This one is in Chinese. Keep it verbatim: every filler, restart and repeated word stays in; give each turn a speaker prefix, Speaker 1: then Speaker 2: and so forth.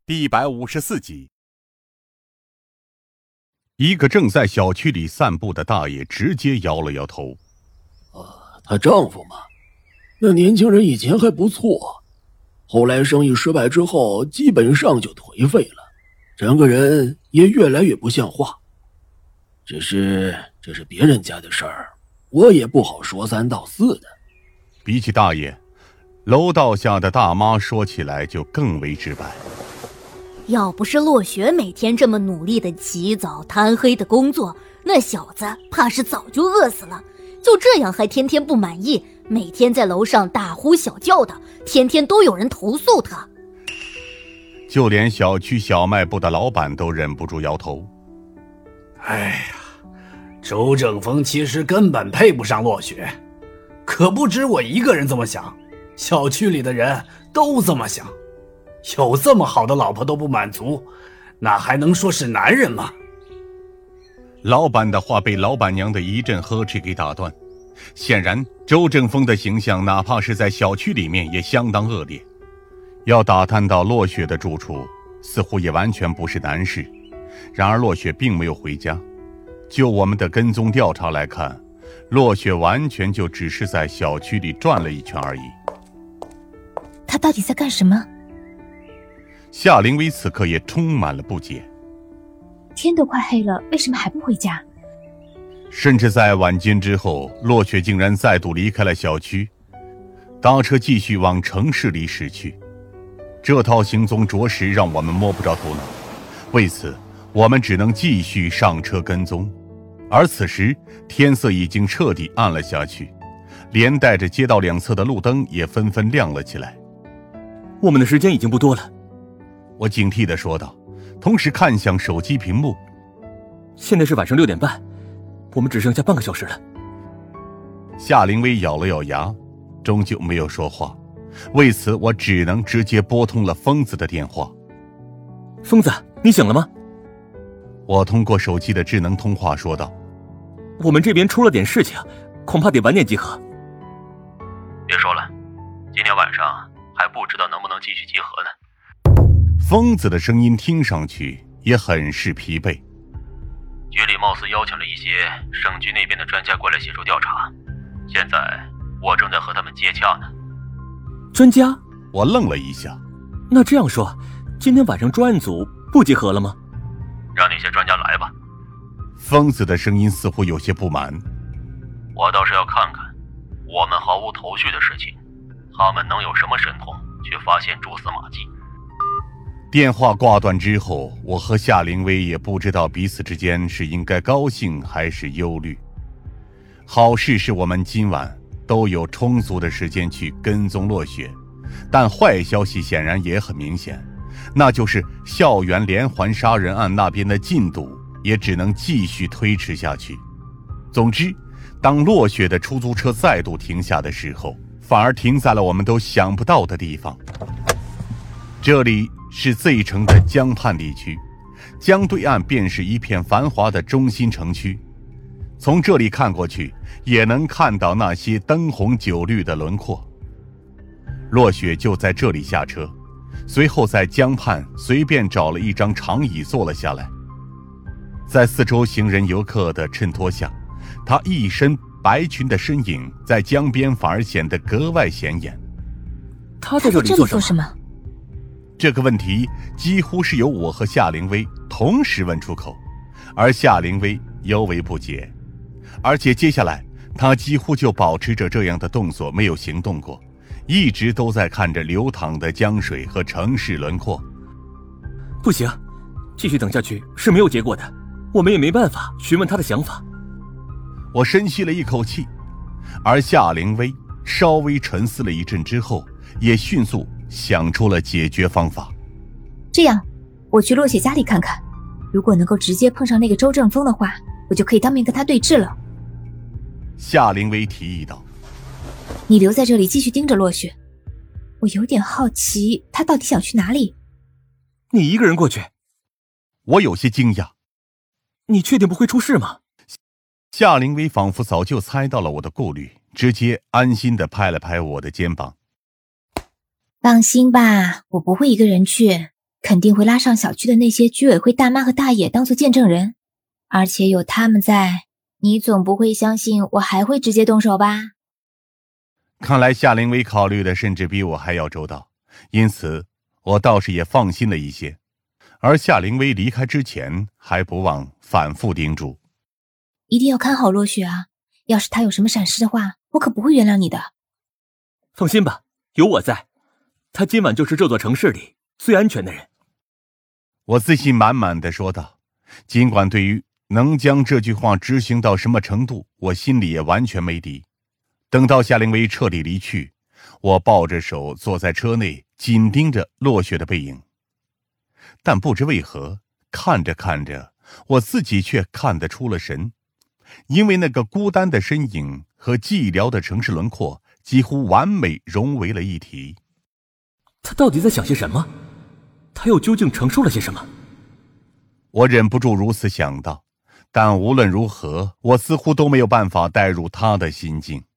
Speaker 1: 第一百五十四集。
Speaker 2: 一个正在小区里散步的大爷直接摇了摇头。
Speaker 3: 啊，她丈夫嘛，那年轻人以前还不错，后来生意失败之后，基本上就颓废了，整个人也越来越不像话。只是这是别人家的事儿，我也不好说三道四的。
Speaker 2: 比起大爷，楼道下的大妈说起来就更为直白。
Speaker 4: 要不是落雪每天这么努力的起早贪黑的工作，那小子怕是早就饿死了。就这样还天天不满意，每天在楼上大呼小叫的，天天都有人投诉他。
Speaker 2: 就连小区小卖部的老板都忍不住摇头。
Speaker 5: 哎呀，周正峰其实根本配不上落雪，可不止我一个人这么想，小区里的人都这么想。有这么好的老婆都不满足，那还能说是男人吗？
Speaker 2: 老板的话被老板娘的一阵呵斥给打断。显然周正峰的形象哪怕是在小区里面也相当恶劣，要打探到落雪的住处似乎也完全不是难事。然而落雪并没有回家，就我们的跟踪调查来看，落雪完全就只是在小区里转了一圈而已。
Speaker 6: 他到底在干什么？
Speaker 2: 夏灵薇此刻也充满了不解。
Speaker 6: 天都快黑了，为什么还不回家？
Speaker 2: 甚至在晚间之后，落雪竟然再度离开了小区，搭车继续往城市里驶去。这套行踪着实让我们摸不着头脑，为此我们只能继续上车跟踪。而此时天色已经彻底暗了下去，连带着街道两侧的路灯也纷纷亮了起来。
Speaker 7: 我们的时间已经不多了，
Speaker 2: 我警惕地说道，同时看向手机屏幕。
Speaker 7: 现在是晚上六点半，我们只剩下半个小时了。
Speaker 2: 夏灵薇咬了咬牙，终究没有说话。为此我只能直接拨通了疯子的电话。
Speaker 7: 疯子，你醒了吗？
Speaker 2: 我通过手机的智能通话说道。
Speaker 7: 我们这边出了点事情，恐怕得晚点集合。
Speaker 8: 别说了，今天晚上还不知道能不能继续集合呢。
Speaker 2: 疯子的声音听上去也很是疲惫。
Speaker 8: 局里貌似邀请了一些省局那边的专家过来协助调查，现在我正在和他们接洽呢。
Speaker 7: 专家？
Speaker 2: 我愣了一下。
Speaker 7: 那这样说，今天晚上专案组不集合了吗？
Speaker 8: 让那些专家来吧。
Speaker 2: 疯子的声音似乎有些不满。
Speaker 8: 我倒是要看看我们毫无头绪的事情，他们能有什么神通去发现蛛丝马迹。
Speaker 2: 电话挂断之后，我和夏灵薇也不知道彼此之间是应该高兴还是忧虑。好事是我们今晚都有充足的时间去跟踪落雪，但坏消息显然也很明显，那就是校园连环杀人案那边的进度也只能继续推迟下去。总之，当落雪的出租车再度停下的时候，反而停在了我们都想不到的地方。这里是 Z 城的江畔地区，江对岸便是一片繁华的中心城区。从这里看过去，也能看到那些灯红酒绿的轮廓。落雪就在这里下车，随后在江畔随便找了一张长椅坐了下来。在四周行人游客的衬托下，他一身白裙的身影在江边反而显得格外显眼。
Speaker 7: 他在这里做什么？
Speaker 6: 什么？
Speaker 2: 这个问题几乎是由我和夏灵薇同时问出口，而夏灵薇尤为不解。而且接下来她几乎就保持着这样的动作没有行动过，一直都在看着流淌的江水和城市轮廓。
Speaker 7: 不行，继续等下去是没有结果的，我们也没办法询问他的想法。
Speaker 2: 我深吸了一口气，而夏灵薇稍微沉思了一阵之后，也迅速想出了解决方法。
Speaker 6: 这样，我去落雪家里看看，如果能够直接碰上那个周正峰的话，我就可以当面跟他对峙了。
Speaker 2: 夏灵薇提议道。
Speaker 6: 你留在这里继续盯着落雪，我有点好奇他到底想去哪里。
Speaker 7: 你一个人过去？
Speaker 2: 我有些惊讶。
Speaker 7: 你确定不会出事吗？
Speaker 2: 夏灵薇仿佛早就猜到了我的顾虑，直接安心地拍了拍我的肩膀。
Speaker 6: 放心吧，我不会一个人去， 肯定会拉上小区的那些居委会大妈和大爷当做见证人，而且有他们在，你总不会相信我还会直接动手吧？
Speaker 2: 看来夏灵薇考虑的甚至比我还要周到，因此我倒是也放心了一些。而夏灵薇离开之前还不忘反复叮嘱，
Speaker 6: 一定要看好落雪啊，要是他有什么闪失的话，我可不会原谅你的。
Speaker 7: 放心吧，有我在，他今晚就是这座城市里最安全的人。
Speaker 2: 我自信满满地说道，尽管对于能将这句话执行到什么程度，我心里也完全没底。等到夏灵薇彻底离去，我抱着手坐在车内，紧盯着落雪的背影。但不知为何，看着看着，我自己却看得出了神，因为那个孤单的身影和寂寥的城市轮廓几乎完美融为了一体。
Speaker 7: 他到底在想些什么？他又究竟承受了些什么？
Speaker 2: 我忍不住如此想到，但无论如何，我似乎都没有办法带入他的心境。